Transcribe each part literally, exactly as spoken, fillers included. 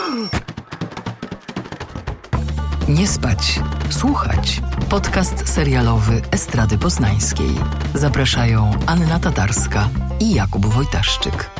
Nie spać, słuchać. Podcast serialowy Estrady Poznańskiej. Zapraszają Anna Tatarska i Jakub Wojtaszczyk.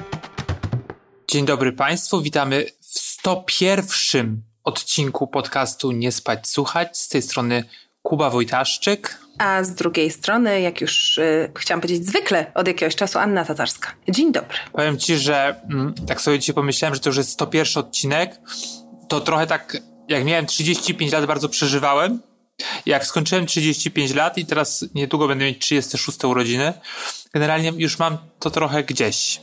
Dzień dobry Państwu, witamy w sto pierwszym odcinku podcastu Nie spać, słuchać. Z tej strony Kuba Wojtaszczyk. A z drugiej strony, jak już yy, chciałam powiedzieć zwykle, od jakiegoś czasu Anna Tatarska. Dzień dobry. Powiem Ci, że mm, tak sobie dzisiaj pomyślałem, że to już jest sto pierwszy odcinek. To trochę tak, jak miałem trzydzieści pięć lat, bardzo przeżywałem. Jak skończyłem trzydzieści pięć lat i teraz niedługo będę mieć trzydzieste szóste urodziny, generalnie już mam to trochę gdzieś.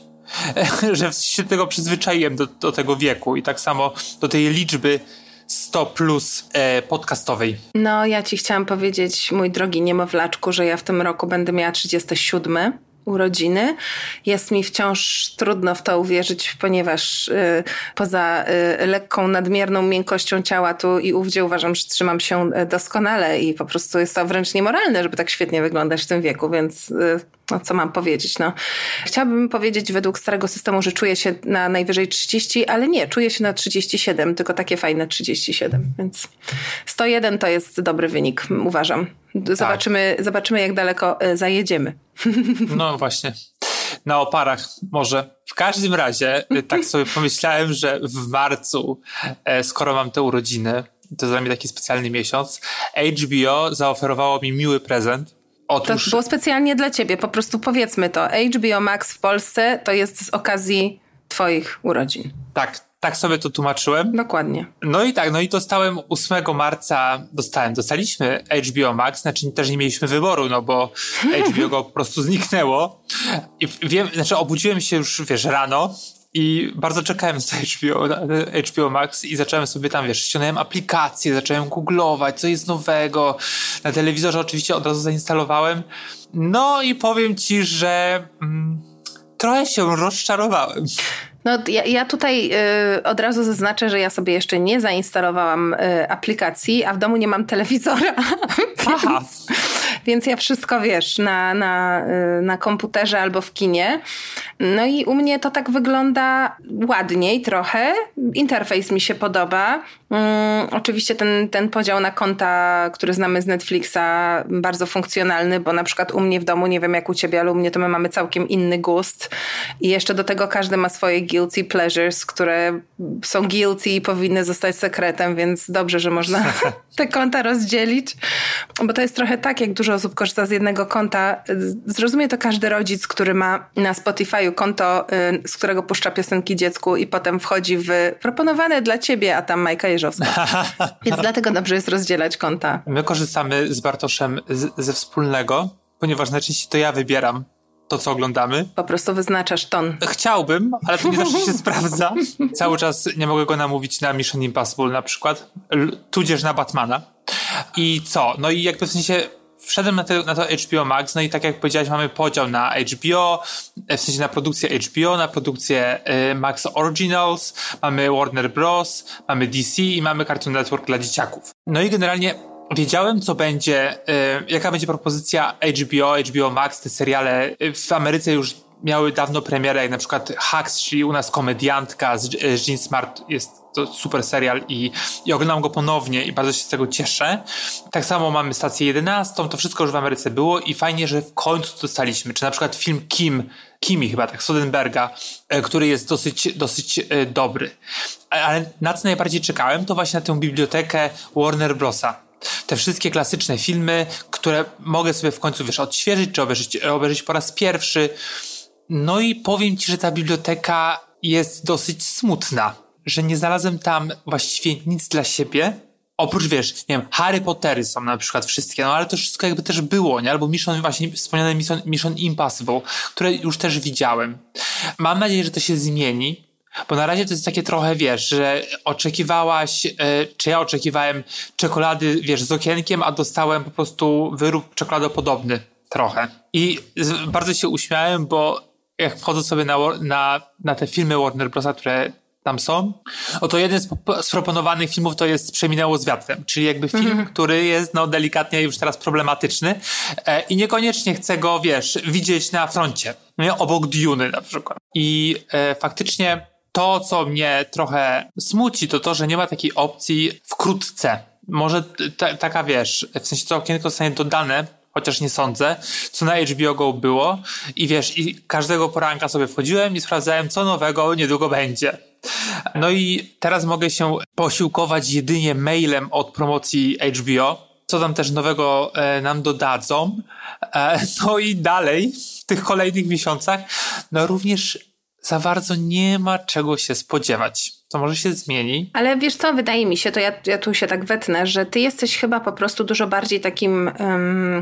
Że się tego przyzwyczaiłem do, do tego wieku i tak samo do tej liczby sto plus e, podcastowej. No, ja ci chciałam powiedzieć, mój drogi niemowlaczku, że ja w tym roku będę miała trzydzieste siódme urodziny. Jest mi wciąż trudno w to uwierzyć, ponieważ y, poza y, lekką, nadmierną miękkością ciała tu i ówdzie uważam, że trzymam się doskonale i po prostu jest to wręcz niemoralne, żeby tak świetnie wyglądać w tym wieku, więc y, no co mam powiedzieć, no. Chciałabym powiedzieć według starego systemu, że czuję się na najwyżej trzydzieści, ale nie, czuję się na trzydzieści siedem, tylko takie fajne trzydzieści siedem, więc sto jeden to jest dobry wynik, uważam. Zobaczymy, tak. zobaczymy jak daleko zajedziemy. No właśnie, na oparach może. W każdym razie tak sobie pomyślałem, że w marcu, skoro mam te urodziny, to dla mnie taki specjalny miesiąc, H B O zaoferowało mi miły prezent. Otóż... To było specjalnie dla ciebie, po prostu powiedzmy to. H B O Max w Polsce to jest z okazji twoich urodzin. Tak. Tak sobie to tłumaczyłem. Dokładnie. No i tak, no i dostałem ósmego marca, dostałem, dostaliśmy H B O Max, znaczy też nie mieliśmy wyboru, no bo H B O go po prostu zniknęło. I wiem, znaczy obudziłem się już, wiesz, rano i bardzo czekałem na H B O, na H B O Max i zacząłem sobie tam, wiesz, ściągnąłem aplikację, zacząłem googlować, co jest nowego. Na telewizorze oczywiście od razu zainstalowałem. No i powiem ci, że mm, trochę się rozczarowałem. No ja, ja tutaj y, od razu zaznaczę, że ja sobie jeszcze nie zainstalowałam y, aplikacji, a w domu nie mam telewizora. Aha. Więc, więc ja wszystko, wiesz, na, na, y, na komputerze albo w kinie. No i u mnie to tak wygląda ładniej trochę. Interfejs mi się podoba. Mm, oczywiście ten, ten podział na konta, który znamy z Netflixa, bardzo funkcjonalny, bo na przykład u mnie w domu, nie wiem jak u ciebie, ale u mnie to my mamy całkiem inny gust. I jeszcze do tego każdy ma swoje guilty pleasures, które są guilty i powinny zostać sekretem, więc dobrze, że można te konta rozdzielić. Bo to jest trochę tak, jak dużo osób korzysta z jednego konta. Zrozumie to każdy rodzic, który ma na Spotify'u konto, z którego puszcza piosenki dziecku i potem wchodzi w proponowane dla ciebie, a tam Majka Jeżowska. Więc dlatego dobrze jest rozdzielać konta. My korzystamy z Bartoszem z, ze wspólnego, ponieważ najczęściej to ja wybieram to, co oglądamy. Po prostu wyznaczasz ton. Chciałbym, ale to nie zawsze się sprawdza. Cały czas nie mogę go namówić na Mission Impossible na przykład, l- tudzież na Batmana. I co? No i jakby w sensie wszedłem na, te, na to H B O Max, no i tak jak powiedziałeś, mamy podział na H B O, w sensie na produkcję H B O, na produkcję y, Max Originals, mamy Warner Bros., mamy D C i mamy Cartoon Network dla dzieciaków. No i generalnie wiedziałem, co będzie, y, jaka będzie propozycja H B O, H B O Max, te seriale w Ameryce już miały dawno premierę, jak na przykład Hacks, czyli u nas komediantka z, z Jean Smart, jest to super serial i, i oglądam go ponownie i bardzo się z tego cieszę. Tak samo mamy Stację jedenastą, to wszystko już w Ameryce było i fajnie, że w końcu dostaliśmy. Czy na przykład film Kim, Kimi chyba, tak, Soderberga, który jest dosyć, dosyć e, dobry. Ale na co najbardziej czekałem, to właśnie na tę bibliotekę Warner Brosa. Te wszystkie klasyczne filmy, które mogę sobie w końcu, wiesz, odświeżyć, czy obejrzeć, obejrzeć po raz pierwszy. No i powiem ci, że ta biblioteka jest dosyć smutna, że nie znalazłem tam właściwie nic dla siebie. Oprócz, wiesz, nie wiem, Harry Pottery są na przykład wszystkie, no ale to wszystko jakby też było, nie? Albo Mission, właśnie wspomniane Mission, Mission Impossible, które już też widziałem. Mam nadzieję, że to się zmieni, bo na razie to jest takie trochę, wiesz, że oczekiwałaś, yy, czy ja oczekiwałem czekolady, wiesz, z okienkiem, a dostałem po prostu wyrób czekoladopodobny trochę. I z, bardzo się uśmiałem, bo jak wchodzę sobie na, na, na te filmy Warner Brosa, które tam są, oto jeden z, z proponowanych filmów to jest Przeminęło z wiatrem, czyli jakby film, mm-hmm. który jest no delikatnie już teraz problematyczny e, i niekoniecznie chcę go, wiesz, widzieć na froncie, nie? Obok Duny na przykład. I e, faktycznie To, co mnie trochę smuci, to to, że nie ma takiej opcji wkrótce. Może t- taka, wiesz, w sensie to okienko zostanie dodane, chociaż nie sądzę, co na H B O Go było i wiesz, i każdego poranka sobie wchodziłem i sprawdzałem, co nowego niedługo będzie. No i teraz mogę się posiłkować jedynie mailem od promocji H B O, co tam też nowego e, nam dodadzą. E, no i dalej, w tych kolejnych miesiącach, no również za bardzo nie ma czego się spodziewać. To może się zmieni. Ale wiesz co, wydaje mi się, to ja, ja tu się tak wetnę, że ty jesteś chyba po prostu dużo bardziej takim um,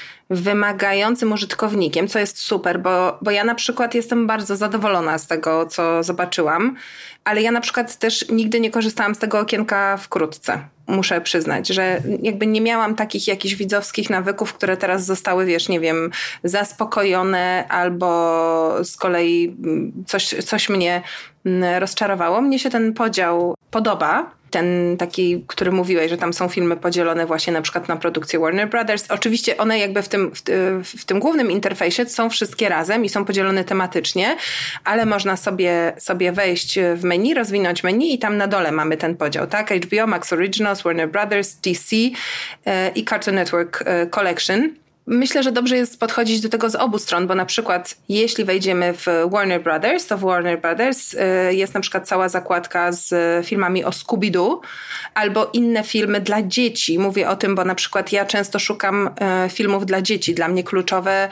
wymagającym użytkownikiem, co jest super, bo, bo ja na przykład jestem bardzo zadowolona z tego, co zobaczyłam, ale ja na przykład też nigdy nie korzystałam z tego okienka wkrótce. Muszę przyznać, że jakby nie miałam takich jakichś widzowskich nawyków, które teraz zostały, wiesz, nie wiem, zaspokojone albo z kolei coś, coś mnie rozczarowało. Mnie się ten podział podoba. Ten taki, który mówiłeś, że tam są filmy podzielone właśnie na przykład na produkcję Warner Brothers. Oczywiście one jakby w tym, w, w tym głównym interfejsie są wszystkie razem i są podzielone tematycznie, ale można sobie, sobie wejść w menu, rozwinąć menu i tam na dole mamy ten podział, tak? H B O, Max Originals, Warner Brothers, D C e, i Cartoon Network e, Collection. Myślę, że dobrze jest podchodzić do tego z obu stron, bo na przykład jeśli wejdziemy w Warner Brothers, to w Warner Brothers jest na przykład cała zakładka z filmami o Scooby-Doo albo inne filmy dla dzieci. Mówię o tym, bo na przykład ja często szukam filmów dla dzieci. Dla mnie kluczowe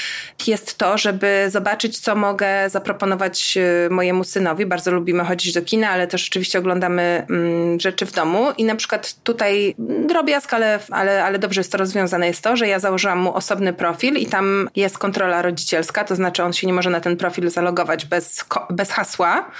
jest to, żeby zobaczyć, co mogę zaproponować mojemu synowi. Bardzo lubimy chodzić do kina, ale też oczywiście oglądamy mm, rzeczy w domu i na przykład tutaj drobiazg, ale, ale, ale dobrze jest to rozwiązane, jest to, że ja założyłam mu osobny profil i tam jest kontrola rodzicielska, to znaczy on się nie może na ten profil zalogować bez, bez hasła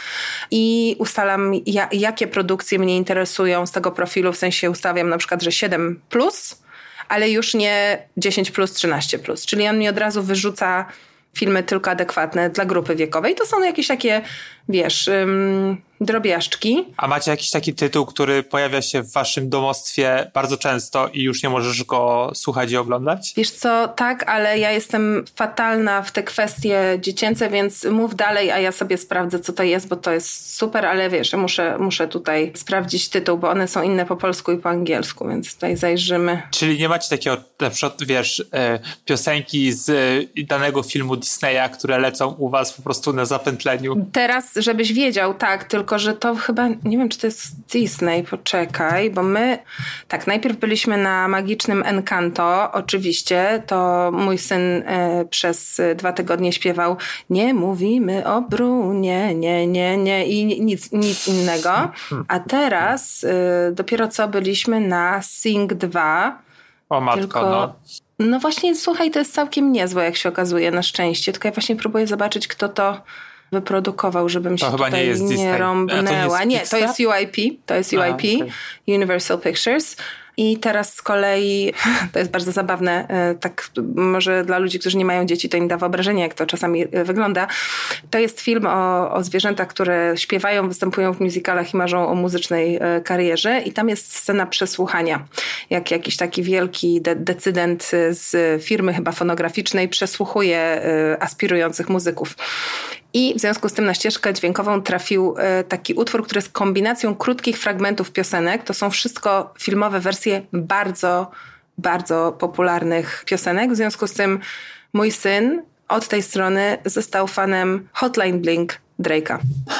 i ustalam, ja, jakie produkcje mnie interesują z tego profilu, w sensie ustawiam na przykład, że siedem plus, ale już nie dziesięć plus, trzynaście plus. Czyli on mi od razu wyrzuca filmy tylko adekwatne dla grupy wiekowej. To są jakieś takie, wiesz, ym, drobiażdżki. A macie jakiś taki tytuł, który pojawia się w waszym domostwie bardzo często i już nie możesz go słuchać i oglądać? Wiesz co, tak, ale ja jestem fatalna w te kwestie dziecięce, więc mów dalej, a ja sobie sprawdzę, co to jest, bo to jest super, ale wiesz, muszę, muszę tutaj sprawdzić tytuł, bo one są inne po polsku i po angielsku, więc tutaj zajrzymy. Czyli nie macie takiego, na przykład, wiesz, piosenki z danego filmu Disneya, które lecą u was po prostu na zapętleniu? Teraz, żebyś wiedział, tak, tylko że to chyba, nie wiem, czy to jest Disney, poczekaj, bo my, tak, najpierw byliśmy na magicznym Encanto, oczywiście, to mój syn y, przez dwa tygodnie śpiewał nie mówimy o Brunie, nie, nie, nie i nic, nic innego, a teraz y, dopiero co byliśmy na Sing dwa. O matko, tylko, no. No właśnie, słuchaj, to jest całkiem niezłe, jak się okazuje, na szczęście, tylko ja właśnie próbuję zobaczyć, kto to wyprodukował, żebym się to chyba tutaj nie, jest nie rąbnęła. To nie, to jest U I P. To jest U I P, A, okay. Universal Pictures. I teraz z kolei, to jest bardzo zabawne, tak może dla ludzi, którzy nie mają dzieci, to im da wyobrażenie, jak to czasami wygląda. To jest film o, o zwierzętach, które śpiewają, występują w musicalach i marzą o muzycznej karierze i tam jest scena przesłuchania. Jak jakiś taki wielki de- decydent z firmy chyba fonograficznej przesłuchuje aspirujących muzyków. I w związku z tym na ścieżkę dźwiękową trafił taki utwór, który jest kombinacją krótkich fragmentów piosenek. To są wszystko filmowe wersje bardzo, bardzo popularnych piosenek. W związku z tym mój syn od tej strony został fanem Hotline Bling Drake'a.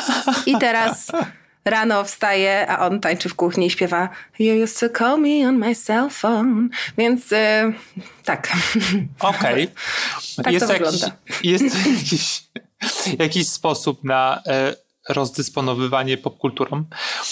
I teraz rano wstaje, a on tańczy w kuchni i śpiewa You used to call me on my cell phone. Więc yy, tak. Okej. Okay. Tak jest to jakiś, wygląda. jest jakiś, jakiś sposób na e, rozdysponowywanie popkulturą.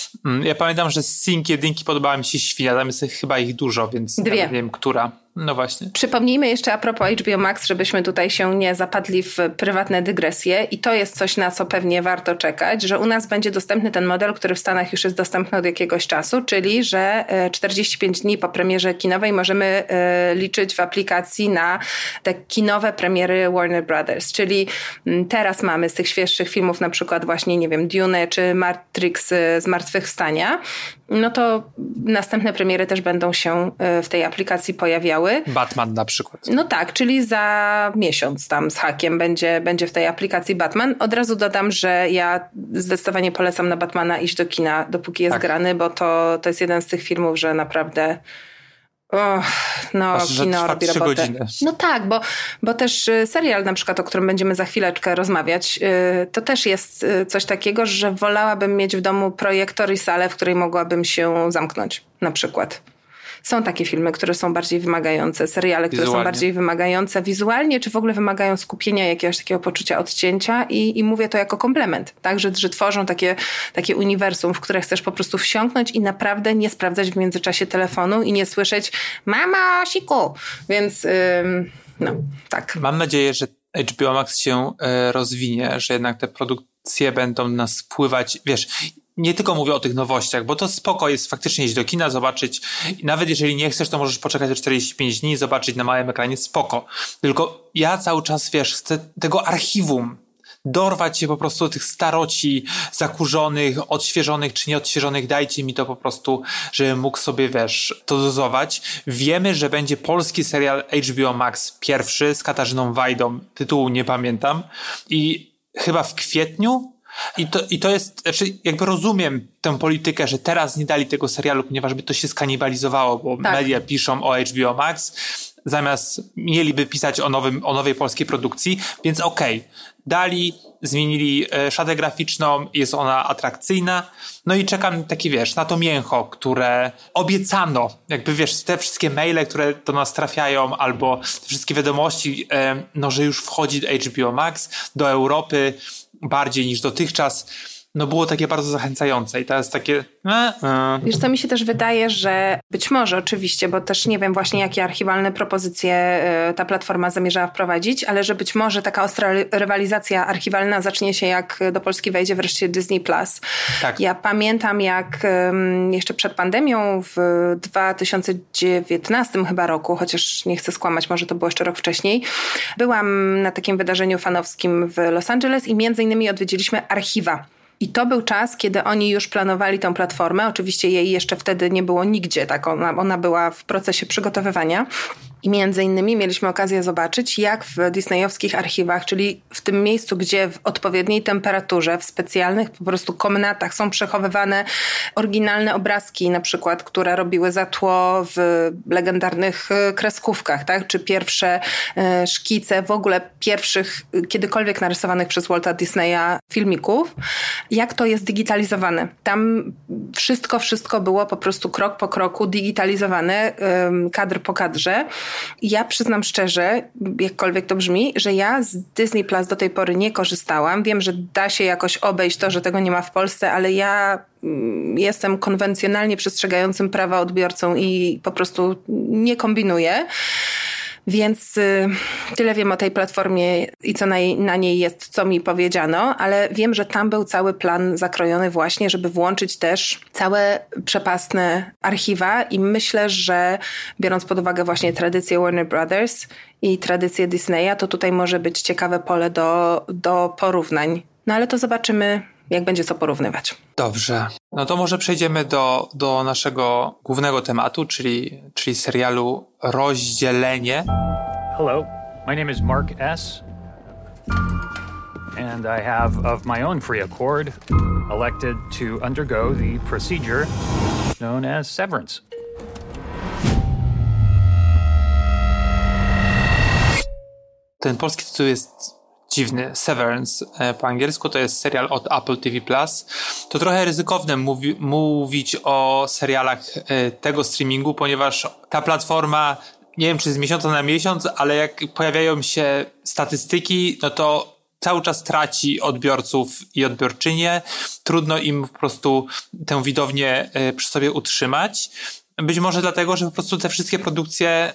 Ja pamiętam, że z Sing jedynki podobała mi się Świnia. Tam jest chyba ich dużo, więc Dwie. nie wiem, która. No właśnie. Przypomnijmy jeszcze a propos H B O Max, żebyśmy tutaj się nie zapadli w prywatne dygresje i to jest coś, na co pewnie warto czekać, że u nas będzie dostępny ten model, który w Stanach już jest dostępny od jakiegoś czasu, czyli że czterdzieści pięć dni po premierze kinowej możemy liczyć w aplikacji na te kinowe premiery Warner Brothers, czyli teraz mamy z tych świeższych filmów na przykład właśnie, nie wiem, Dune czy Matrix Zmartwychwstania. no to następne premiery też będą się w tej aplikacji pojawiały. Batman na przykład. No tak, czyli za miesiąc tam z hakiem będzie, będzie w tej aplikacji Batman. Od razu dodam, że ja zdecydowanie polecam na Batmana iść do kina, dopóki jest tak. grany, bo to, to jest jeden z tych filmów, że naprawdę... Och, no, Aż, kino robi robotę. Godziny. No tak, bo, bo też serial na przykład, o którym będziemy za chwileczkę rozmawiać, to też jest coś takiego, że wolałabym mieć w domu projektor i salę, w której mogłabym się zamknąć na przykład. Są takie filmy, które są bardziej wymagające, seriale, które wizualnie. są bardziej wymagające wizualnie, czy w ogóle wymagają skupienia, jakiegoś takiego poczucia odcięcia i, i mówię to jako komplement, tak, że, że tworzą takie, takie uniwersum, w które chcesz po prostu wsiąknąć i naprawdę nie sprawdzać w międzyczasie telefonu i nie słyszeć mama, siku, więc ym, no, tak. Mam nadzieję, że H B O Max się y, rozwinie, że jednak te produkcje będą nas spływać, wiesz, nie tylko mówię o tych nowościach, bo to spoko jest faktycznie iść do kina, zobaczyć. Nawet jeżeli nie chcesz, to możesz poczekać o czterdzieści pięć dni i zobaczyć na małym ekranie, spoko. Tylko ja cały czas, wiesz, chcę tego archiwum, dorwać się po prostu do tych staroci zakurzonych, odświeżonych czy nieodświeżonych. Dajcie mi to po prostu, żebym mógł sobie, wiesz, to dozować. Wiemy, że będzie polski serial H B O Max pierwszy z Katarzyną Wajdą. Tytułu nie pamiętam. I chyba w kwietniu. I to, I to jest, znaczy jakby rozumiem tę politykę, że teraz nie dali tego serialu, ponieważ by to się skanibalizowało, bo tak. media piszą o H B O Max, zamiast mieliby pisać o, nowym, o nowej polskiej produkcji, więc okej, okay, dali, zmienili szatę graficzną, jest ona atrakcyjna, no i czekam taki, wiesz, na to mięcho, które obiecano, jakby wiesz, te wszystkie maile, które do nas trafiają, albo te wszystkie wiadomości, no, że już wchodzi H B O Max do Europy, bardziej niż dotychczas, no było takie bardzo zachęcające i to jest takie... E, e. Wiesz, to mi się też wydaje, że być może oczywiście, bo też nie wiem właśnie jakie archiwalne propozycje ta platforma zamierzała wprowadzić, ale że być może taka ostra rywalizacja archiwalna zacznie się jak do Polski wejdzie wreszcie Disney Plus. Tak. Ja pamiętam jak um, jeszcze przed pandemią w dwa tysiące dziewiętnastym chyba roku, chociaż nie chcę skłamać, może to było jeszcze rok wcześniej, byłam na takim wydarzeniu fanowskim w Los Angeles i między innymi odwiedziliśmy archiwa. I to był czas, kiedy oni już planowali tę platformę. Oczywiście jej jeszcze wtedy nie było nigdzie, tak ona, ona była w procesie przygotowywania. I między innymi mieliśmy okazję zobaczyć, jak w disneyowskich archiwach, czyli w tym miejscu, gdzie w odpowiedniej temperaturze, w specjalnych po prostu komnatach są przechowywane oryginalne obrazki, na przykład, które robiły za tło w legendarnych kreskówkach, tak? Czy pierwsze e, szkice w ogóle pierwszych kiedykolwiek narysowanych przez Walta Disneya filmików, jak to jest digitalizowane. Tam wszystko, wszystko było po prostu krok po kroku digitalizowane, e, kadr po kadrze. Ja przyznam szczerze, jakkolwiek to brzmi, że ja z Disney Plus do tej pory nie korzystałam. Wiem, że da się jakoś obejść to, że tego nie ma w Polsce, ale ja jestem konwencjonalnie przestrzegającym prawa odbiorcą i po prostu nie kombinuję. Więc y, tyle wiem o tej platformie i co na, jej, na niej jest, co mi powiedziano, ale wiem, że tam był cały plan zakrojony właśnie, żeby włączyć też całe przepastne archiwa i myślę, że biorąc pod uwagę właśnie tradycję Warner Brothers i tradycję Disneya, to tutaj może być ciekawe pole do, do porównań. No ale to zobaczymy, jak będzie co porównywać. Dobrze. No to może przejdziemy do, do naszego głównego tematu, czyli, czyli serialu Rozdzielenie. Hello, my name is Mark S. And I have, of my own free accord, elected to undergo the procedure known as severance. Ten polski tytuł jest dziwny, Severance po angielsku, to jest serial od Apple T V Plus. To trochę ryzykowne mówi, mówić o serialach tego streamingu, ponieważ ta platforma, nie wiem czy z miesiąca na miesiąc, ale jak pojawiają się statystyki, no to cały czas traci odbiorców i odbiorczynie. Trudno im po prostu tę widownię przy sobie utrzymać. Być może dlatego, że po prostu te wszystkie produkcje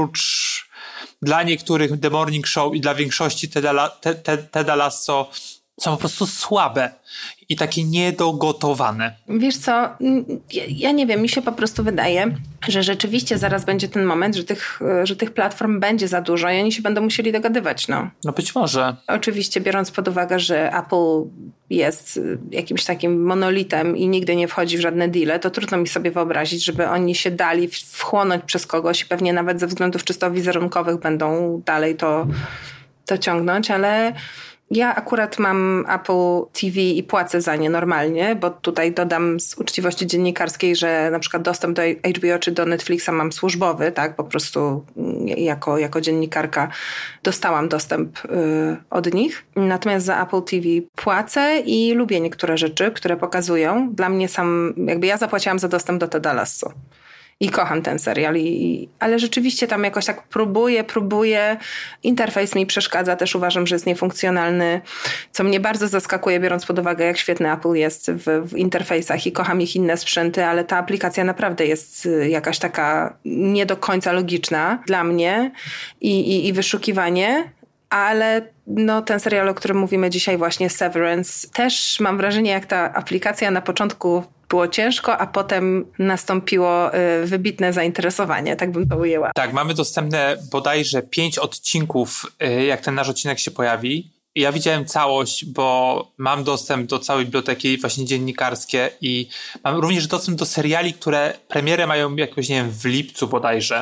oprócz dla niektórych The Morning Show i dla większości Teda, Te, Te, Teda Lasso są po prostu słabe i takie niedogotowane. Wiesz co, ja, ja nie wiem, mi się po prostu wydaje, że rzeczywiście zaraz będzie ten moment, że tych, że tych platform będzie za dużo i oni się będą musieli dogadywać, no. No być może. Oczywiście biorąc pod uwagę, że Apple jest jakimś takim monolitem i nigdy nie wchodzi w żadne deale, to trudno mi sobie wyobrazić, żeby oni się dali wchłonąć przez kogoś i pewnie nawet ze względów czysto wizerunkowych będą dalej to, to ciągnąć, ale ja akurat mam Apple T V i płacę za nie normalnie, bo tutaj dodam z uczciwości dziennikarskiej, że na przykład dostęp do H B O czy do Netflixa mam służbowy, tak, po prostu jako, jako dziennikarka dostałam dostęp y, od nich. Natomiast za Apple T V płacę i lubię niektóre rzeczy, które pokazują. Dla mnie sam, jakby ja zapłaciłam za dostęp do Teda Lasso. I kocham ten serial, i, ale rzeczywiście tam jakoś tak próbuję, próbuję. Interfejs mi przeszkadza, też uważam, że jest niefunkcjonalny, co mnie bardzo zaskakuje, biorąc pod uwagę, jak świetny Apple jest w, w interfejsach i kocham ich inne sprzęty, ale ta aplikacja naprawdę jest jakaś taka nie do końca logiczna dla mnie i, i, i wyszukiwanie. Ale no, ten serial, o którym mówimy dzisiaj właśnie, Severance, też mam wrażenie, jak ta aplikacja na początku było ciężko, a potem nastąpiło y, wybitne zainteresowanie, tak bym to ujęła. Tak, mamy dostępne bodajże pięć odcinków, y, jak ten nasz odcinek się pojawi. Ja widziałem całość, bo mam dostęp do całej biblioteki właśnie dziennikarskie i mam również dostęp do seriali, które premierę mają jakoś, nie wiem, w lipcu bodajże.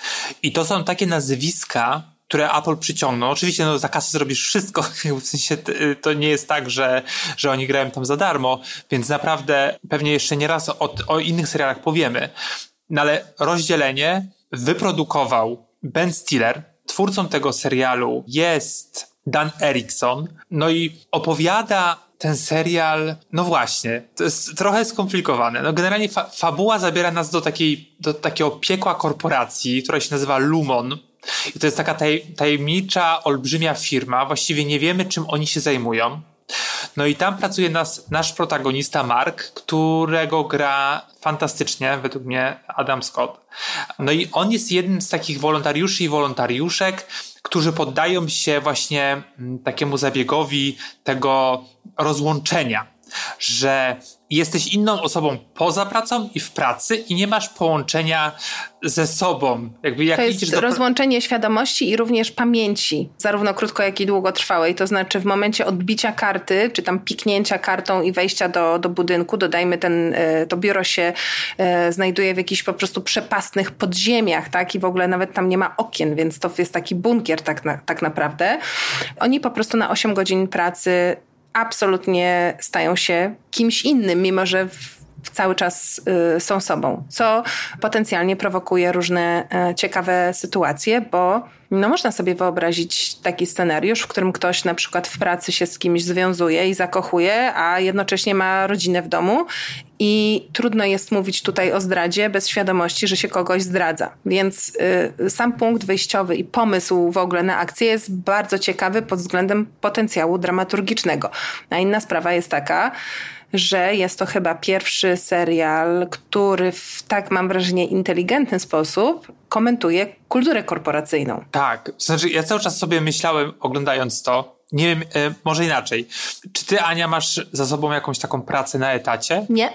I to są takie nazwiska, które Apple przyciągną. Oczywiście no, za kasę zrobisz wszystko, w sensie to nie jest tak, że, że oni grają tam za darmo, więc naprawdę pewnie jeszcze nie raz o, o innych serialach powiemy. No ale rozdzielenie wyprodukował Ben Stiller. Twórcą tego serialu jest Dan Erickson. No i opowiada ten serial, no właśnie, to jest trochę skomplikowane. No generalnie fa- fabuła zabiera nas do takiej, do takiego piekła korporacji, która się nazywa Lumon. I to jest taka taj, tajemnicza, olbrzymia firma. Właściwie nie wiemy, czym oni się zajmują. No i tam pracuje nas, nasz protagonista Mark, którego gra fantastycznie, według mnie, Adam Scott. No i on jest jednym z takich wolontariuszy i wolontariuszek, którzy poddają się właśnie takiemu zabiegowi tego rozłączenia, że jesteś inną osobą poza pracą i w pracy i nie masz połączenia ze sobą. Jakby jak to jest idziesz do... rozłączenie świadomości i również pamięci, zarówno krótko, jak i długotrwałej. To znaczy w momencie odbicia karty, czy tam piknięcia kartą i wejścia do, do budynku, dodajmy ten, to biuro się e, znajduje w jakichś po prostu przepastnych podziemiach, tak? I w ogóle nawet tam nie ma okien, więc to jest taki bunkier tak, na, tak naprawdę. Oni po prostu na osiem godzin pracy absolutnie stają się kimś innym, mimo że w, w cały czas y, są sobą, co potencjalnie prowokuje różne y, ciekawe sytuacje, bo no, można sobie wyobrazić taki scenariusz, w którym ktoś na przykład w pracy się z kimś związuje i zakochuje, a jednocześnie ma rodzinę w domu i trudno jest mówić tutaj o zdradzie bez świadomości, że się kogoś zdradza. Więc y, sam punkt wyjściowy i pomysł w ogóle na akcję jest bardzo ciekawy pod względem potencjału dramaturgicznego. A inna sprawa jest taka, że jest to chyba pierwszy serial, który w tak, mam wrażenie, inteligentny sposób komentuje kulturę korporacyjną. Tak, to znaczy ja cały czas sobie myślałem, oglądając to, nie wiem, e, może inaczej. Czy ty, Ania, masz za sobą jakąś taką pracę na etacie? Nie.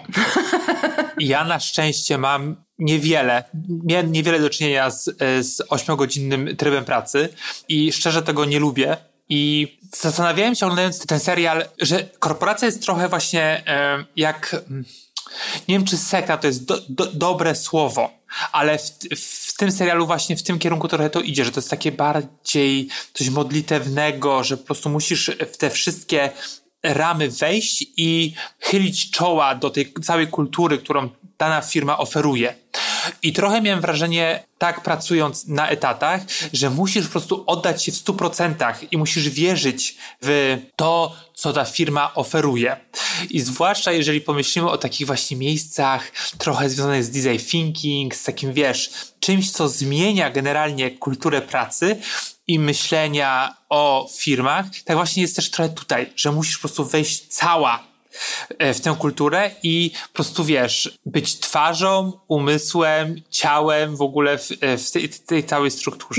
Ja na szczęście mam niewiele. Miałem niewiele do czynienia z, z ośmiogodzinnym trybem pracy i szczerze tego nie lubię. I zastanawiałem się, oglądając ten serial, że korporacja jest trochę właśnie e, jak... Nie wiem, czy sekta to jest do, do, dobre słowo, ale w, w tym serialu właśnie w tym kierunku trochę to idzie, że to jest takie bardziej coś modlitewnego, że po prostu musisz w te wszystkie ramy wejść i chylić czoła do tej całej kultury, którą dana firma oferuje. I trochę miałem wrażenie, tak pracując na etatach, że musisz po prostu oddać się w stu procentach i musisz wierzyć w to, co ta firma oferuje. I zwłaszcza jeżeli pomyślimy o takich właśnie miejscach trochę związanych z design thinking, z takim, wiesz, czymś, co zmienia generalnie kulturę pracy i myślenia o firmach, tak właśnie jest też trochę tutaj, że musisz po prostu wejść cała w tę kulturę i po prostu, wiesz, być twarzą, umysłem, ciałem w ogóle w, w tej, tej całej strukturze. No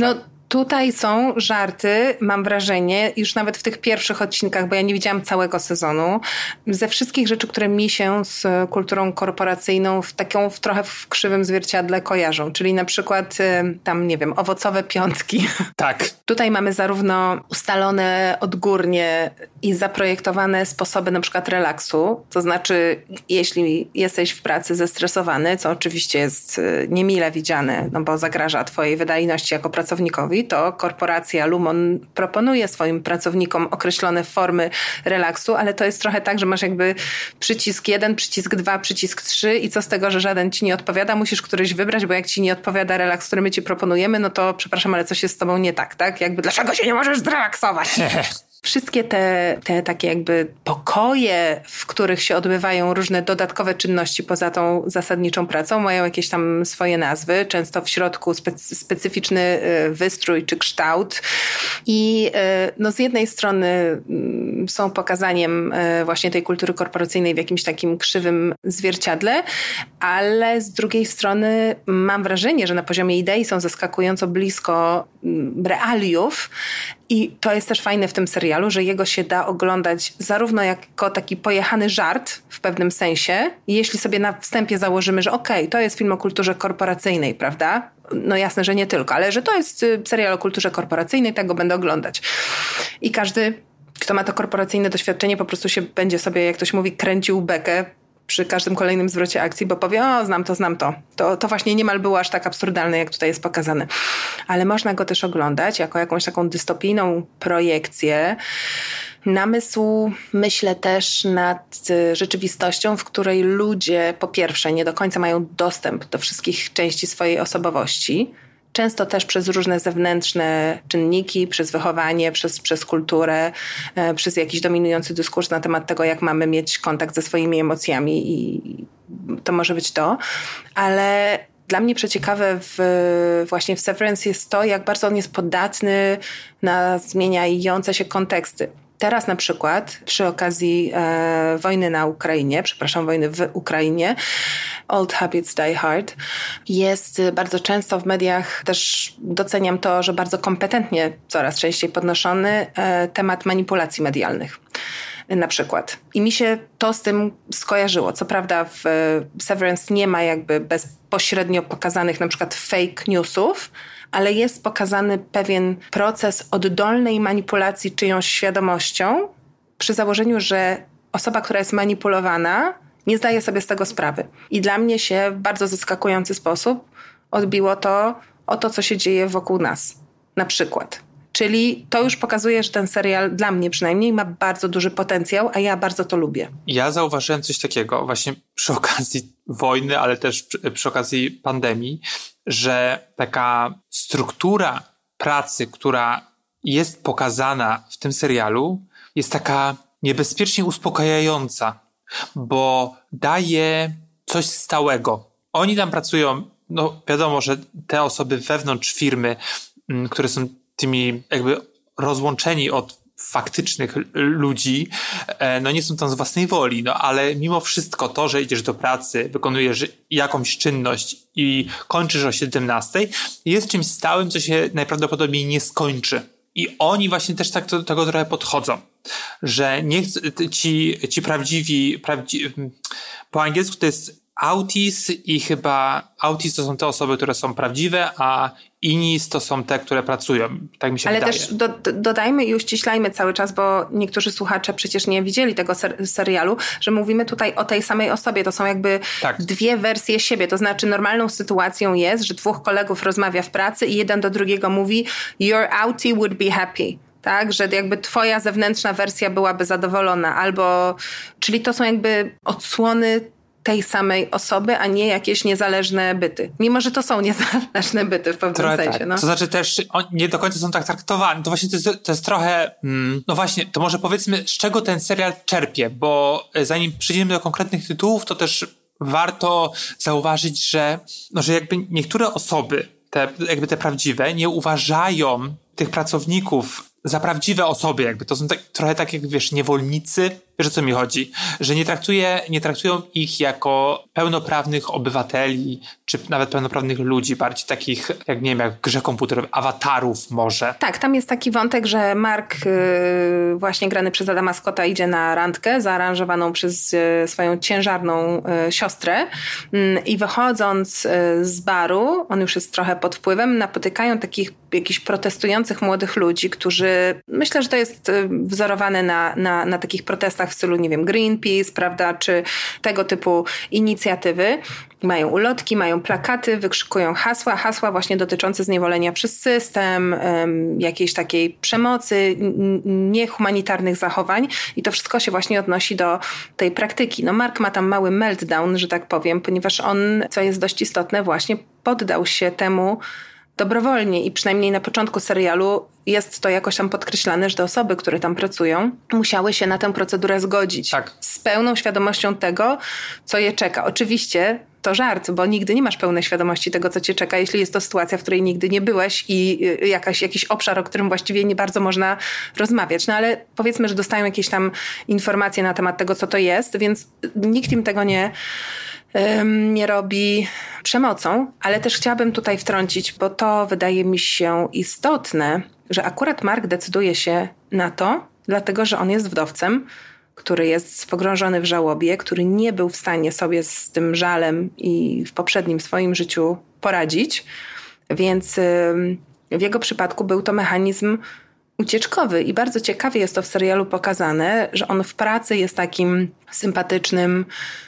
Tutaj są żarty, mam wrażenie, już nawet w tych pierwszych odcinkach, bo ja nie widziałam całego sezonu, ze wszystkich rzeczy, które mi się z kulturą korporacyjną w taką w trochę w krzywym zwierciadle kojarzą. Czyli na przykład tam, nie wiem, owocowe piątki. Tak. Tutaj mamy zarówno ustalone odgórnie i zaprojektowane sposoby na przykład relaksu. To znaczy, jeśli jesteś w pracy zestresowany, co oczywiście jest niemile widziane, no bo zagraża twojej wydajności jako pracownikowi, to korporacja Lumon proponuje swoim pracownikom określone formy relaksu, ale to jest trochę tak, że masz jakby przycisk jeden, przycisk dwa, przycisk trzy i co z tego, że żaden ci nie odpowiada, musisz któryś wybrać, bo jak ci nie odpowiada relaks, który my ci proponujemy, no to przepraszam, ale coś jest z tobą nie tak, tak? Jakby dlaczego się nie możesz zrelaksować? Wszystkie te, te takie jakby pokoje, w których się odbywają różne dodatkowe czynności poza tą zasadniczą pracą, mają jakieś tam swoje nazwy, często w środku specy- specyficzny wystrój czy kształt. I no z jednej strony są pokazaniem właśnie tej kultury korporacyjnej w jakimś takim krzywym zwierciadle, ale z drugiej strony mam wrażenie, że na poziomie idei są zaskakująco blisko realiów. I to jest też fajne w tym serialu, że jego się da oglądać zarówno jako taki pojechany żart w pewnym sensie. I jeśli sobie na wstępie założymy, że okej, okay, to jest film o kulturze korporacyjnej, prawda? No jasne, że nie tylko, ale że to jest serial o kulturze korporacyjnej, tak go będę oglądać. I każdy, kto ma to korporacyjne doświadczenie, po prostu się będzie sobie, jak ktoś mówi, kręcił bekę przy każdym kolejnym zwrocie akcji, bo powie, o, znam to, znam to. To, to właśnie niemal było aż tak absurdalne, jak tutaj jest pokazane. Ale można go też oglądać jako jakąś taką dystopijną projekcję. Namysł, myślę też nad rzeczywistością, w której ludzie po pierwsze nie do końca mają dostęp do wszystkich części swojej osobowości, często też przez różne zewnętrzne czynniki, przez wychowanie, przez, przez kulturę, e, przez jakiś dominujący dyskurs na temat tego, jak mamy mieć kontakt ze swoimi emocjami i to może być to. Ale dla mnie przeciekawe w, właśnie w Severance jest to, jak bardzo on jest podatny na zmieniające się konteksty. Teraz na przykład przy okazji e, wojny na Ukrainie, przepraszam, wojny w Ukrainie, Old Habits Die Hard, jest bardzo często w mediach, też doceniam to, że bardzo kompetentnie coraz częściej podnoszony e, temat manipulacji medialnych. Na przykład. I mi się to z tym skojarzyło. Co prawda w Severance nie ma jakby bezpośrednio pokazanych na przykład fake newsów, ale jest pokazany pewien proces oddolnej manipulacji czyjąś świadomością przy założeniu, że osoba, która jest manipulowana, nie zdaje sobie z tego sprawy. I dla mnie się w bardzo zaskakujący sposób odbiło to o to, co się dzieje wokół nas. Na przykład. Czyli to już pokazuje, że ten serial dla mnie przynajmniej ma bardzo duży potencjał, a ja bardzo to lubię. Ja zauważyłem coś takiego właśnie przy okazji wojny, ale też przy, przy okazji pandemii, że taka struktura pracy, która jest pokazana w tym serialu, jest taka niebezpiecznie uspokajająca, bo daje coś stałego. Oni tam pracują, no wiadomo, że te osoby wewnątrz firmy, m, które są tymi jakby rozłączeni od faktycznych ludzi, no nie są tam z własnej woli, no ale mimo wszystko to, że idziesz do pracy, wykonujesz jakąś czynność i kończysz o siedemnastej, jest czymś stałym, co się najprawdopodobniej nie skończy. I oni właśnie też tak do tego trochę podchodzą, że nie chcą, ci, ci prawdziwi, prawdzi, po angielsku to jest autis i chyba autis to są te osoby, które są prawdziwe, a inis to są te, które pracują. Tak mi się Ale wydaje. też do, do, dodajmy i uściślajmy cały czas, bo niektórzy słuchacze przecież nie widzieli tego ser- serialu, że mówimy tutaj o tej samej osobie. To są jakby tak. dwie wersje siebie. To znaczy normalną sytuacją jest, że dwóch kolegów rozmawia w pracy i jeden do drugiego mówi your outie would be happy. Tak, że jakby twoja zewnętrzna wersja byłaby zadowolona. Albo, czyli to są jakby odsłony tej samej osoby, a nie jakieś niezależne byty. Mimo, że to są niezależne byty w pewnym trochę sensie. Tak. No. To znaczy też oni nie do końca są tak traktowani. To właśnie to jest, to jest trochę... Mm, no właśnie, to może powiedzmy, z czego ten serial czerpie, bo zanim przejdziemy do konkretnych tytułów, to też warto zauważyć, że, no, że jakby niektóre osoby, te, jakby te prawdziwe, nie uważają tych pracowników za prawdziwe osoby. Jakby to są tak, trochę tak jak, wiesz, niewolnicy, Wiesz, o co mi chodzi? Że nie, traktuje, nie traktują ich jako pełnoprawnych obywateli, czy nawet pełnoprawnych ludzi, bardziej takich, jak nie wiem, jak w grze komputerowej, awatarów może. Tak, tam jest taki wątek, że Mark yy, właśnie grany przez Adama Scotta idzie na randkę zaaranżowaną przez yy, swoją ciężarną yy, siostrę yy, i wychodząc yy, z baru, on już jest trochę pod wpływem, napotykają takich jakichś protestujących młodych ludzi, którzy, myślę, że to jest yy, wzorowane na, na, na takich protestach w stylu, nie wiem, Greenpeace, prawda, czy tego typu inicjatywy. Mają ulotki, mają plakaty, wykrzykują hasła, hasła właśnie dotyczące zniewolenia przez system, um, jakiejś takiej przemocy, n- niehumanitarnych zachowań i to wszystko się właśnie odnosi do tej praktyki. No Mark ma tam mały meltdown, że tak powiem, ponieważ on, co jest dość istotne, właśnie poddał się temu dobrowolnie i przynajmniej na początku serialu jest to jakoś tam podkreślane, że te osoby, które tam pracują, musiały się na tę procedurę zgodzić. Tak. Z pełną świadomością tego, co je czeka. Oczywiście to żart, bo nigdy nie masz pełnej świadomości tego, co cię czeka, jeśli jest to sytuacja, w której nigdy nie byłeś i jakaś, jakiś obszar, o którym właściwie nie bardzo można rozmawiać. No ale powiedzmy, że dostają jakieś tam informacje na temat tego, co to jest, więc nikt im tego nie nie robi przemocą, ale też chciałabym tutaj wtrącić, bo to wydaje mi się istotne, że akurat Mark decyduje się na to, dlatego że on jest wdowcem, który jest pogrążony w żałobie, który nie był w stanie sobie z tym żalem i w poprzednim swoim życiu poradzić, więc w jego przypadku był to mechanizm ucieczkowy i bardzo ciekawie jest to w serialu pokazane, że on w pracy jest takim sympatycznym,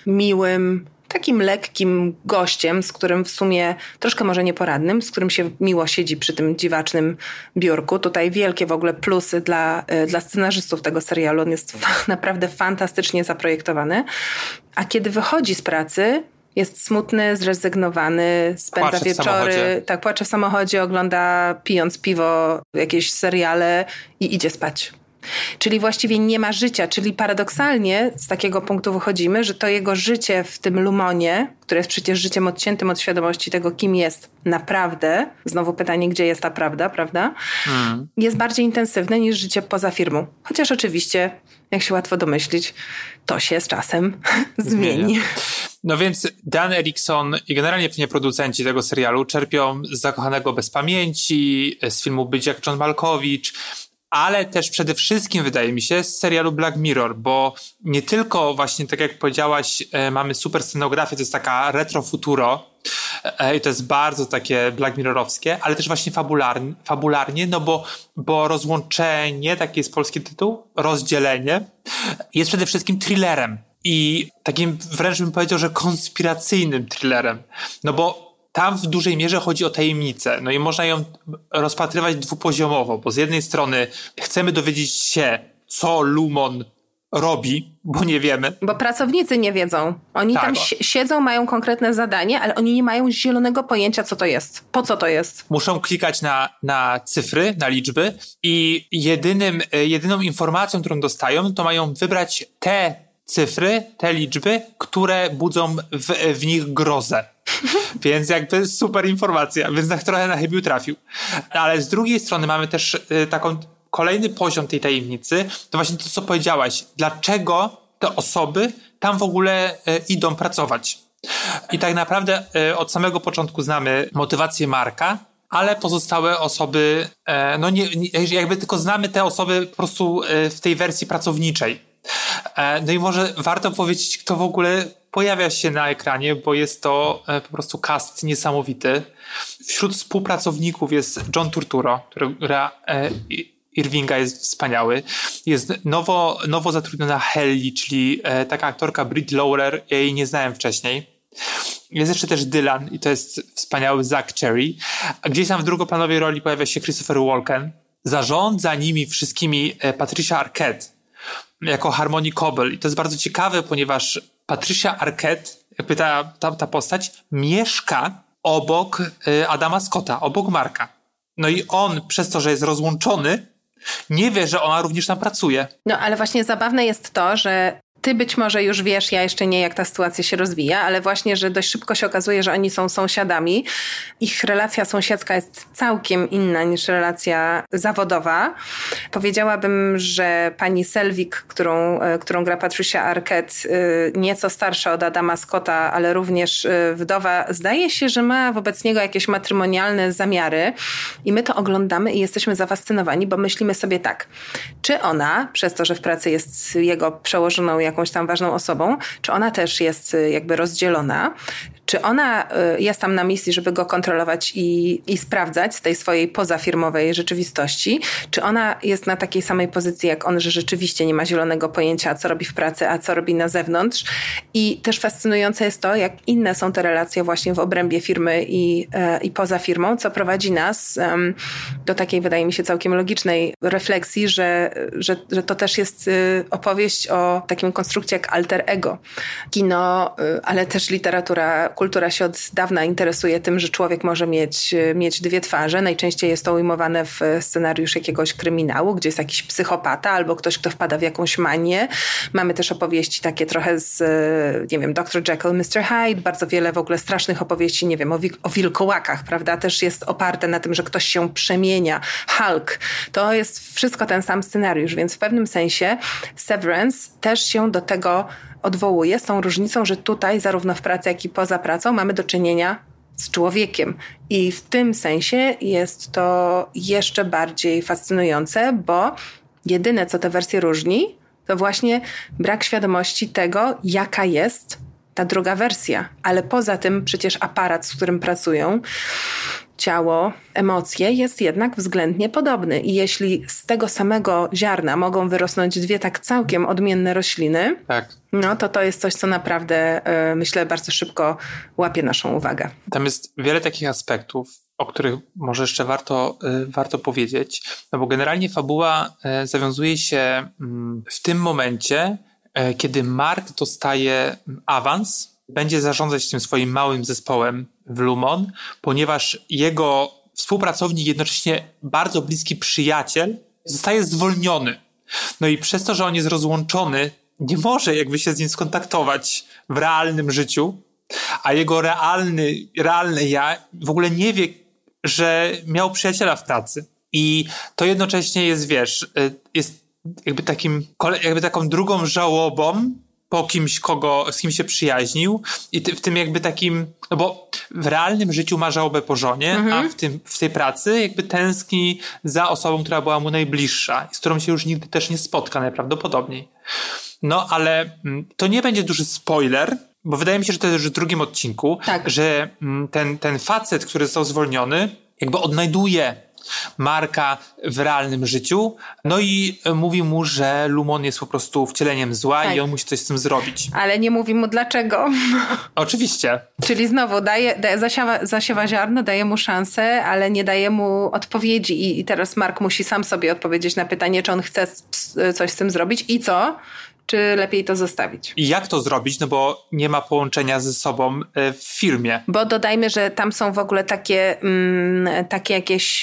miłym, takim lekkim gościem, z którym w sumie troszkę może nieporadnym, z którym się miło siedzi przy tym dziwacznym biurku. Tutaj wielkie w ogóle plusy dla, dla scenarzystów tego serialu. On jest naprawdę fantastycznie zaprojektowany. A kiedy wychodzi z pracy, jest smutny, zrezygnowany, spędza płacze wieczory, tak, płacze w samochodzie, ogląda pijąc piwo jakieś seriale i idzie spać. Czyli właściwie nie ma życia, czyli paradoksalnie z takiego punktu wychodzimy, że to jego życie w tym Lumonie, które jest przecież życiem odciętym od świadomości tego, kim jest naprawdę, znowu pytanie, gdzie jest ta prawda, prawda, mm. jest bardziej intensywne niż życie poza firmą. Chociaż oczywiście, jak się łatwo domyślić, to się z czasem zmieni. Zmienia. No więc Dan Erickson i generalnie pewnie producenci tego serialu czerpią z Zakochanego bez pamięci, z filmu Być jak John Malkowicz, ale też przede wszystkim, wydaje mi się, z serialu Black Mirror, bo nie tylko właśnie, tak jak powiedziałaś, e, mamy super scenografię, to jest taka retro futuro e, i to jest bardzo takie Black Mirrorowskie, ale też właśnie fabularnie, fabularnie no bo, bo rozłączenie, taki jest polski tytuł, rozdzielenie, jest przede wszystkim thrillerem i takim wręcz bym powiedział, że konspiracyjnym thrillerem, no bo tam w dużej mierze chodzi o tajemnicę. No i można ją rozpatrywać dwupoziomowo, bo z jednej strony chcemy dowiedzieć się, co Lumon robi, bo nie wiemy. Bo pracownicy nie wiedzą. Oni tak, tam o. siedzą, mają konkretne zadanie, ale oni nie mają zielonego pojęcia, co to jest. Po co to jest? Muszą klikać na, na cyfry, na liczby i jedynym, jedyną informacją, którą dostają, to mają wybrać te cyfry, te liczby, które budzą w, w nich grozę. Więc jakby super informacja, więc na trochę na chybił trafił. Ale z drugiej strony mamy też y, taką kolejny poziom tej tajemnicy, to właśnie to, co powiedziałaś. Dlaczego te osoby tam w ogóle y, idą pracować? I tak naprawdę y, od samego początku znamy motywację Marka, ale pozostałe osoby, y, no nie, nie, jakby tylko znamy te osoby po prostu y, w tej wersji pracowniczej. Y, no i może warto powiedzieć, kto w ogóle pojawia się na ekranie, bo jest to e, po prostu cast niesamowity. Wśród współpracowników jest John Turturro, który gra e, Irvinga, jest wspaniały. Jest nowo, nowo zatrudniona Helly, czyli e, taka aktorka Brit Lawler, ja jej nie znałem wcześniej. Jest jeszcze też Dylan i to jest wspaniały Zach Cherry. A gdzieś tam w drugoplanowej roli pojawia się Christopher Walken. Zarządza nimi wszystkimi e, Patricia Arquette jako Harmony Coble. I to jest bardzo ciekawe, ponieważ Patricia Arquette, jakby ta, ta, ta postać, mieszka obok y, Adama Scotta, obok Marka. No i on, przez to, że jest rozłączony, nie wie, że ona również tam pracuje. No ale właśnie zabawne jest to, że ty być może już wiesz, ja jeszcze nie, jak ta sytuacja się rozwija, ale właśnie, że dość szybko się okazuje, że oni są sąsiadami. Ich relacja sąsiedzka jest całkiem inna niż relacja zawodowa. Powiedziałabym, że pani Selvig, którą, którą gra Patricia Arquette, nieco starsza od Adama Scotta, ale również wdowa, zdaje się, że ma wobec niego jakieś matrymonialne zamiary i my to oglądamy i jesteśmy zafascynowani, bo myślimy sobie tak, czy ona, przez to, że w pracy jest jego przełożoną jakąś tam ważną osobą, czy ona też jest jakby rozdzielona, czy ona jest tam na misji, żeby go kontrolować i, i sprawdzać z tej swojej pozafirmowej rzeczywistości, czy ona jest na takiej samej pozycji jak on, że rzeczywiście nie ma zielonego pojęcia, co robi w pracy, a co robi na zewnątrz. I też fascynujące jest to, jak inne są te relacje właśnie w obrębie firmy i, e, i poza firmą, co prowadzi nas um, do takiej, wydaje mi się, całkiem logicznej refleksji, że, że, że to też jest y, opowieść o takim konstrukcie jak alter ego. Kino, y, ale też literatura, kultura się od dawna interesuje tym, że człowiek może mieć, mieć dwie twarze. Najczęściej jest to ujmowane w scenariusz jakiegoś kryminału, gdzie jest jakiś psychopata albo ktoś, kto wpada w jakąś manię. Mamy też opowieści takie trochę z, nie wiem, doktor Jekyll, mister Hyde, bardzo wiele w ogóle strasznych opowieści, nie wiem, o, wi- o wilkołakach, prawda? Też jest oparte na tym, że ktoś się przemienia. Hulk. To jest wszystko ten sam scenariusz, więc w pewnym sensie Severance też się do tego odwołuje, z tą różnicą, że tutaj zarówno w pracy, jak i poza pracą mamy do czynienia z człowiekiem. I w tym sensie jest to jeszcze bardziej fascynujące, bo jedyne, co te wersje różni, to właśnie brak świadomości tego, jaka jest ta druga wersja. Ale poza tym przecież aparat, z którym pracują, ciało, emocje jest jednak względnie podobny. I jeśli z tego samego ziarna mogą wyrosnąć dwie tak całkiem odmienne rośliny, tak. no to to jest coś, co naprawdę, yy, myślę, bardzo szybko łapie naszą uwagę. Tam jest wiele takich aspektów, o których może jeszcze warto, y, warto powiedzieć, no bo generalnie fabuła y, zawiązuje się y, w tym momencie, y, kiedy Mark dostaje awans, będzie zarządzać tym swoim małym zespołem w Lumon, ponieważ jego współpracownik, jednocześnie bardzo bliski przyjaciel, zostaje zwolniony. No i przez to, że on jest rozłączony, nie może jakby się z nim skontaktować w realnym życiu, a jego realny, realne ja w ogóle nie wie, że miał przyjaciela w pracy. I to jednocześnie jest, wiesz, jest jakby takim, jakby taką drugą żałobą po kimś, kogo, z kim się przyjaźnił i ty, w tym jakby takim, no bo w realnym życiu ma żałobę po żonie, mhm. a w, tym, w tej pracy jakby tęskni za osobą, która była mu najbliższa i z którą się już nigdy też nie spotka najprawdopodobniej. No ale to nie będzie duży spoiler, bo wydaje mi się, że to jest już w drugim odcinku, tak. że ten, ten facet, który został zwolniony, jakby odnajduje Marka w realnym życiu, no i mówi mu, że Lumon jest po prostu wcieleniem zła tak. i on musi coś z tym zrobić. Ale nie mówi mu dlaczego. Oczywiście. Czyli znowu daje, daje, zasiewa, zasiewa ziarno, daje mu szansę, ale nie daje mu odpowiedzi i, i teraz Mark musi sam sobie odpowiedzieć na pytanie, czy on chce coś z tym zrobić i co? Czy lepiej to zostawić? I jak to zrobić? No bo nie ma połączenia ze sobą w firmie. Bo dodajmy, że tam są w ogóle takie, mm, takie jakieś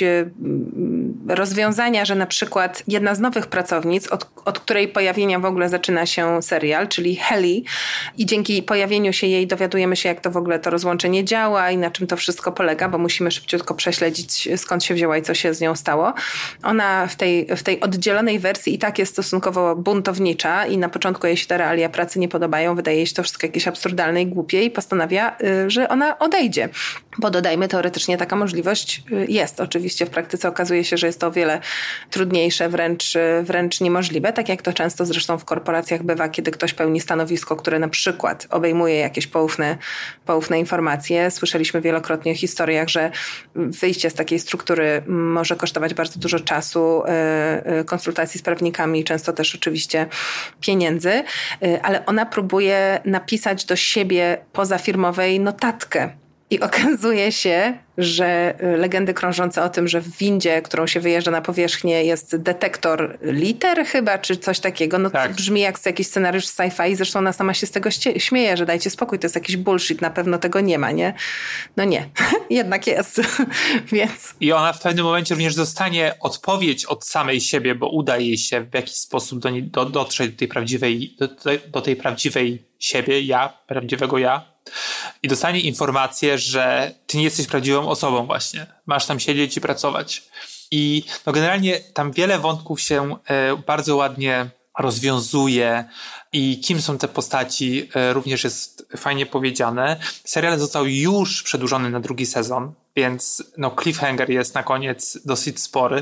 mm, rozwiązania, że na przykład jedna z nowych pracownic, od, od której pojawienia w ogóle zaczyna się serial, czyli Helly, i dzięki pojawieniu się jej dowiadujemy się, jak to w ogóle to rozłączenie działa i na czym to wszystko polega, bo musimy szybciutko prześledzić, skąd się wzięła i co się z nią stało. Ona w tej, w tej oddzielonej wersji i tak jest stosunkowo buntownicza i na początku jej się te realia pracy nie podobają, wydaje jej się to wszystko jakieś absurdalne i głupie i postanawia, że ona odejdzie. Bo dodajmy, teoretycznie taka możliwość jest. Oczywiście w praktyce okazuje się, że jest to o wiele trudniejsze, wręcz, wręcz niemożliwe, tak jak to często zresztą w korporacjach bywa, kiedy ktoś pełni stanowisko, które na przykład obejmuje jakieś poufne, poufne informacje. Słyszeliśmy wielokrotnie o historiach, że wyjście z takiej struktury może kosztować bardzo dużo czasu, konsultacji z prawnikami, często też oczywiście pieniędzy, ale ona próbuje napisać do siebie pozafirmowej notatkę. I okazuje się, że legendy krążące o tym, że w windzie, którą się wyjeżdża na powierzchnię, jest detektor liter chyba, czy coś takiego. No tak. To brzmi jak jakiś scenariusz sci-fi. Zresztą ona sama się z tego śmieje, że dajcie spokój, to jest jakiś bullshit, na pewno tego nie ma, nie? No nie, jednak jest. Więc... I ona w pewnym momencie również dostanie odpowiedź od samej siebie, bo uda jej się w jakiś sposób do, do, dotrzeć do tej prawdziwej, do, do tej prawdziwej siebie, ja, prawdziwego ja. I dostanie informację, że ty nie jesteś prawdziwą osobą właśnie. Masz tam siedzieć i pracować. I no generalnie tam wiele wątków się e, bardzo ładnie rozwiązuje i kim są te postaci e, również jest fajnie powiedziane. Serial został już przedłużony na drugi sezon, więc no cliffhanger jest na koniec dosyć spory.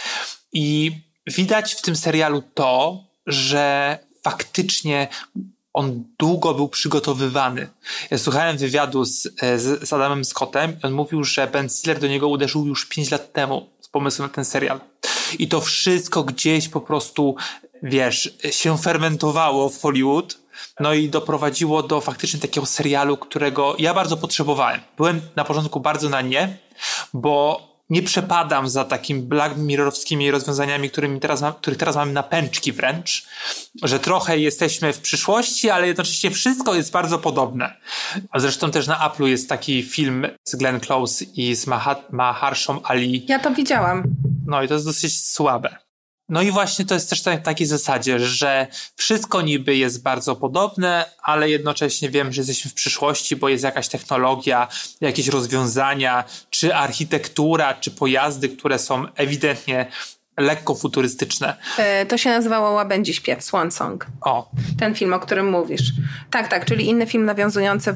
I widać w tym serialu to, że faktycznie on długo był przygotowywany. Ja słuchałem wywiadu z, z, z Adamem Scottem i on mówił, że Ben Stiller do niego uderzył już pięć lat temu z pomysłem na ten serial. I to wszystko gdzieś po prostu, wiesz, się fermentowało w Hollywood, no i doprowadziło do faktycznie takiego serialu, którego ja bardzo potrzebowałem. Byłem na początku bardzo na nie, bo nie przepadam za takimi Black Mirrorowskimi rozwiązaniami, którymi teraz mam, których teraz mamy napęczki wręcz, że trochę jesteśmy w przyszłości, ale jednocześnie wszystko jest bardzo podobne. A zresztą też na Apple'u jest taki film z Glenn Close i z Maharshą Ali. Ja to widziałam. No i to jest dosyć słabe. No i właśnie to jest też na takiej zasadzie, że wszystko niby jest bardzo podobne, ale jednocześnie wiem, że jesteśmy w przyszłości, bo jest jakaś technologia, jakieś rozwiązania, czy architektura, czy pojazdy, które są ewidentnie lekko futurystyczne. To się nazywało Łabędzi Śpiew, Swan Song. O. Ten film, o którym mówisz. Tak, tak, czyli inny film nawiązujący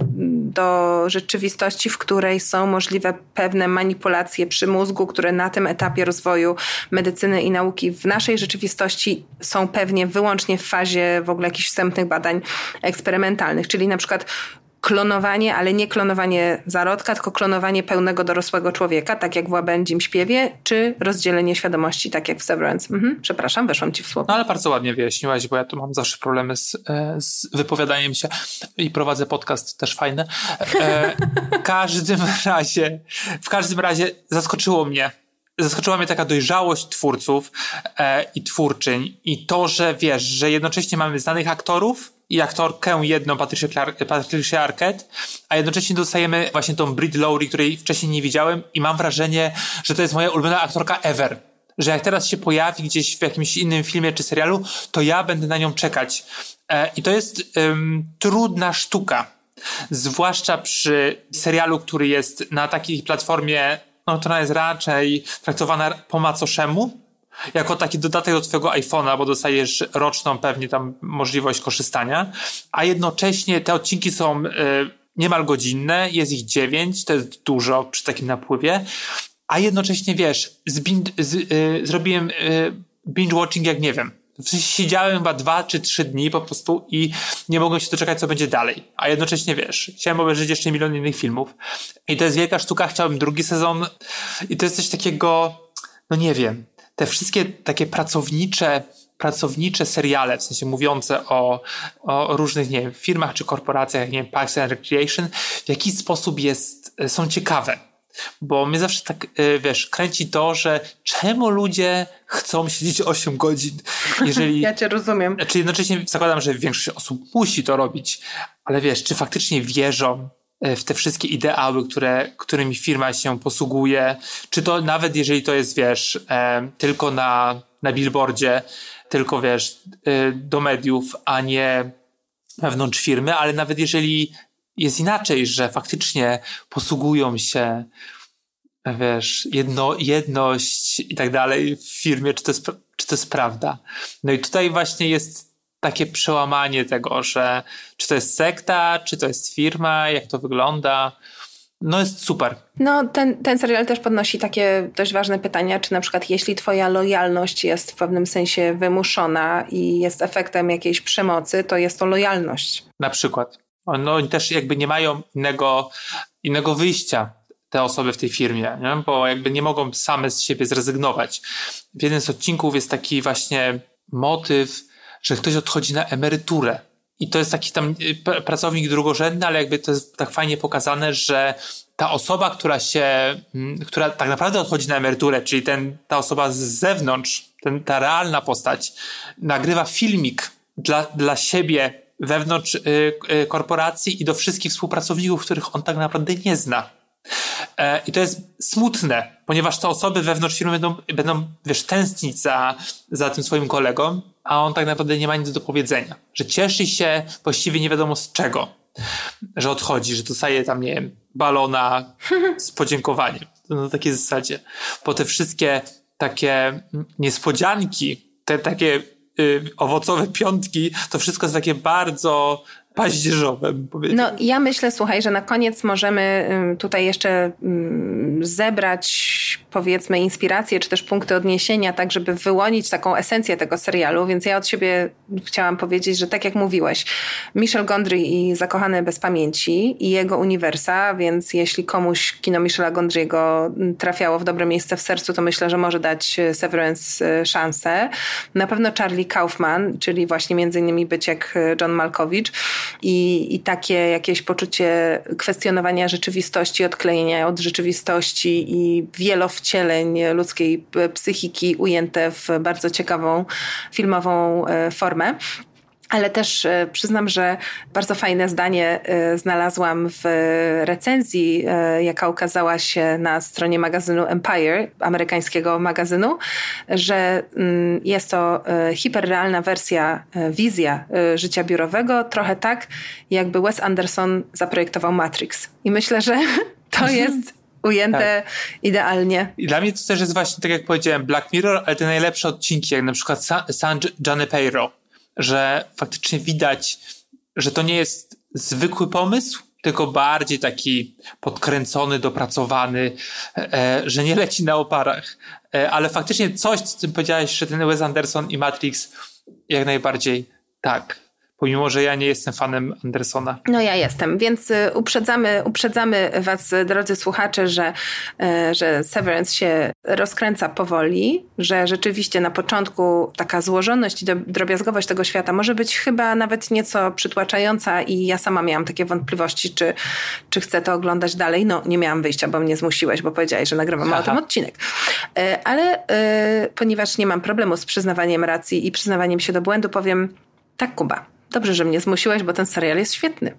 do rzeczywistości, w której są możliwe pewne manipulacje przy mózgu, które na tym etapie rozwoju medycyny i nauki w naszej rzeczywistości są pewnie wyłącznie w fazie w ogóle jakichś wstępnych badań eksperymentalnych, czyli na przykład klonowanie, ale nie klonowanie zarodka, tylko klonowanie pełnego dorosłego człowieka, tak jak w Łabędzim Śpiewie, czy rozdzielenie świadomości, tak jak w Severance. Mhm. Przepraszam, weszłam ci w słowo. No ale bardzo ładnie wyjaśniłaś, bo ja tu mam zawsze problemy z, z wypowiadaniem się i prowadzę podcast też fajny. E, w każdym razie, w każdym razie zaskoczyło mnie. Zaskoczyła mnie taka dojrzałość twórców e, i twórczyń i to, że wiesz, że jednocześnie mamy znanych aktorów i aktorkę jedną, Patricia, Clark, Patricia Arquette, a jednocześnie dostajemy właśnie tą Brit Lowry, której wcześniej nie widziałem i mam wrażenie, że to jest moja ulubiona aktorka ever. Że jak teraz się pojawi gdzieś w jakimś innym filmie czy serialu, to ja będę na nią czekać. E, I to jest um, trudna sztuka. Zwłaszcza przy serialu, który jest na takiej platformie, no to ona jest raczej traktowana po macoszemu, jako taki dodatek do twojego iPhone'a, bo dostajesz roczną pewnie tam możliwość korzystania, a jednocześnie te odcinki są y, niemal godzinne, jest ich dziewięć, to jest dużo przy takim napływie, a jednocześnie wiesz, zbin- z, y, zrobiłem y, binge watching jak nie wiem. W sensie siedziałem chyba dwa czy trzy dni po prostu i nie mogłem się doczekać, co będzie dalej. A jednocześnie wiesz, chciałem obejrzeć jeszcze milion innych filmów. I to jest wielka sztuka, chciałem drugi sezon i to jest coś takiego, no nie wiem, te wszystkie takie pracownicze, pracownicze seriale, w sensie mówiące o, o różnych, nie wiem, firmach czy korporacjach, nie wiem, Parks and Recreation, w jaki sposób jest, są ciekawe. Bo mnie zawsze tak, wiesz, kręci to, że czemu ludzie chcą siedzieć osiem godzin, jeżeli... Ja cię rozumiem. Znaczy jednocześnie zakładam, że większość osób musi to robić, ale wiesz, czy faktycznie wierzą w te wszystkie ideały, które, którymi firma się posługuje, czy to nawet jeżeli to jest, wiesz, e, tylko na, na billboardzie, tylko, wiesz, e, do mediów, a nie wewnątrz firmy, ale nawet jeżeli jest inaczej, że faktycznie posługują się, wiesz, jedno, jedność i tak dalej w firmie, czy to jest, czy to jest prawda. No i tutaj właśnie jest takie przełamanie tego, że czy to jest sekta, czy to jest firma, jak to wygląda. No jest super. No ten, ten serial też podnosi takie dość ważne pytania, czy na przykład jeśli twoja lojalność jest w pewnym sensie wymuszona i jest efektem jakiejś przemocy, to jest to lojalność. Na przykład. No i też jakby nie mają innego, innego wyjścia te osoby w tej firmie, nie? Bo jakby nie mogą same z siebie zrezygnować. W jednym z odcinków jest taki właśnie motyw, że ktoś odchodzi na emeryturę. I to jest taki tam pracownik drugorzędny, ale jakby to jest tak fajnie pokazane, że ta osoba, która się, która tak naprawdę odchodzi na emeryturę, czyli ten, ta osoba z zewnątrz, ten, ta realna postać, nagrywa filmik dla, dla siebie wewnątrz y, y, korporacji i do wszystkich współpracowników, których on tak naprawdę nie zna. E, I to jest smutne, ponieważ te osoby wewnątrz firmy będą, będą wiesz, tęsknić za, za tym swoim kolegą, a on tak naprawdę nie ma nic do powiedzenia. Że cieszy się właściwie nie wiadomo z czego, że odchodzi, że dostaje tam, nie wiem, balona z podziękowaniem. To na takiej zasadzie. Bo te wszystkie takie niespodzianki, te takie y, owocowe piątki, to wszystko jest takie bardzo paździerzowe, bym powiedział. No ja myślę, słuchaj, że na koniec możemy tutaj jeszcze zebrać, powiedzmy, inspiracje, czy też punkty odniesienia, tak żeby wyłonić taką esencję tego serialu, więc ja od siebie chciałam powiedzieć, że tak jak mówiłeś, Michel Gondry i Zakochany bez pamięci i jego uniwersa, więc jeśli komuś kino Michela Gondry'ego trafiało w dobre miejsce w sercu, to myślę, że może dać Severance szansę. Na pewno Charlie Kaufman, czyli właśnie między innymi Byciek John Malkovich, I, i takie jakieś poczucie kwestionowania rzeczywistości, odklejenia od rzeczywistości i wielowcieleń ludzkiej psychiki ujęte w bardzo ciekawą filmową formę. Ale też przyznam, że bardzo fajne zdanie znalazłam w recenzji, jaka ukazała się na stronie magazynu Empire, amerykańskiego magazynu, że jest to hiperrealna wersja, wizja życia biurowego, trochę tak, jakby Wes Anderson zaprojektował Matrix. I myślę, że to jest ujęte tak. idealnie. I dla mnie to też jest właśnie, tak jak powiedziałem, Black Mirror, ale te najlepsze odcinki, jak na przykład San Junipero, że faktycznie widać, że to nie jest zwykły pomysł, tylko bardziej taki podkręcony, dopracowany, e, że nie leci na oparach. E, ale faktycznie coś, co ty powiedziałeś, że ten Wes Anderson i Matrix jak najbardziej tak. Pomimo, że ja nie jestem fanem Andersona. No ja jestem, więc uprzedzamy, uprzedzamy was, drodzy słuchacze, że, że Severance się rozkręca powoli, że rzeczywiście na początku taka złożoność i drobiazgowość tego świata może być chyba nawet nieco przytłaczająca i ja sama miałam takie wątpliwości, czy, czy chcę to oglądać dalej. No nie miałam wyjścia, bo mnie zmusiłeś, bo powiedziałeś, że nagrywamy o tym odcinek. Ale ponieważ nie mam problemu z przyznawaniem racji i przyznawaniem się do błędu, powiem tak, Kuba. Dobrze, że mnie zmusiłaś, bo ten serial jest świetny.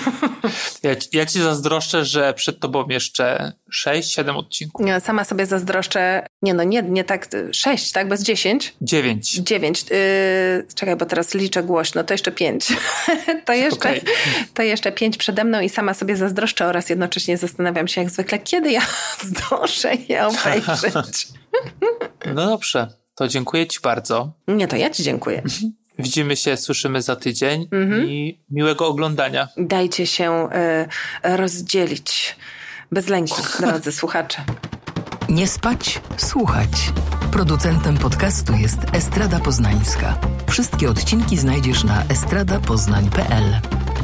Ja, ja ci zazdroszczę, że przed tobą jeszcze sześć, siedem odcinków. Ja sama sobie zazdroszczę, nie no, nie, nie tak, sześć, tak? Bez dziesięć? Dziewięć. Dziewięć. Yy, czekaj, bo teraz liczę głośno, to jeszcze pięć. to, jeszcze, okay. to jeszcze pięć przede mną i sama sobie zazdroszczę oraz jednocześnie zastanawiam się jak zwykle, kiedy ja zdążę je obejrzeć. No dobrze, to dziękuję ci bardzo. Nie, to ja ci dziękuję. Widzimy się, słyszymy za tydzień mm-hmm. i miłego oglądania. Dajcie się y, rozdzielić bez lęku, drodzy słuchacze. Nie spać, słuchać. Producentem podcastu jest Estrada Poznańska. Wszystkie odcinki znajdziesz na estrada poznań kropka p l.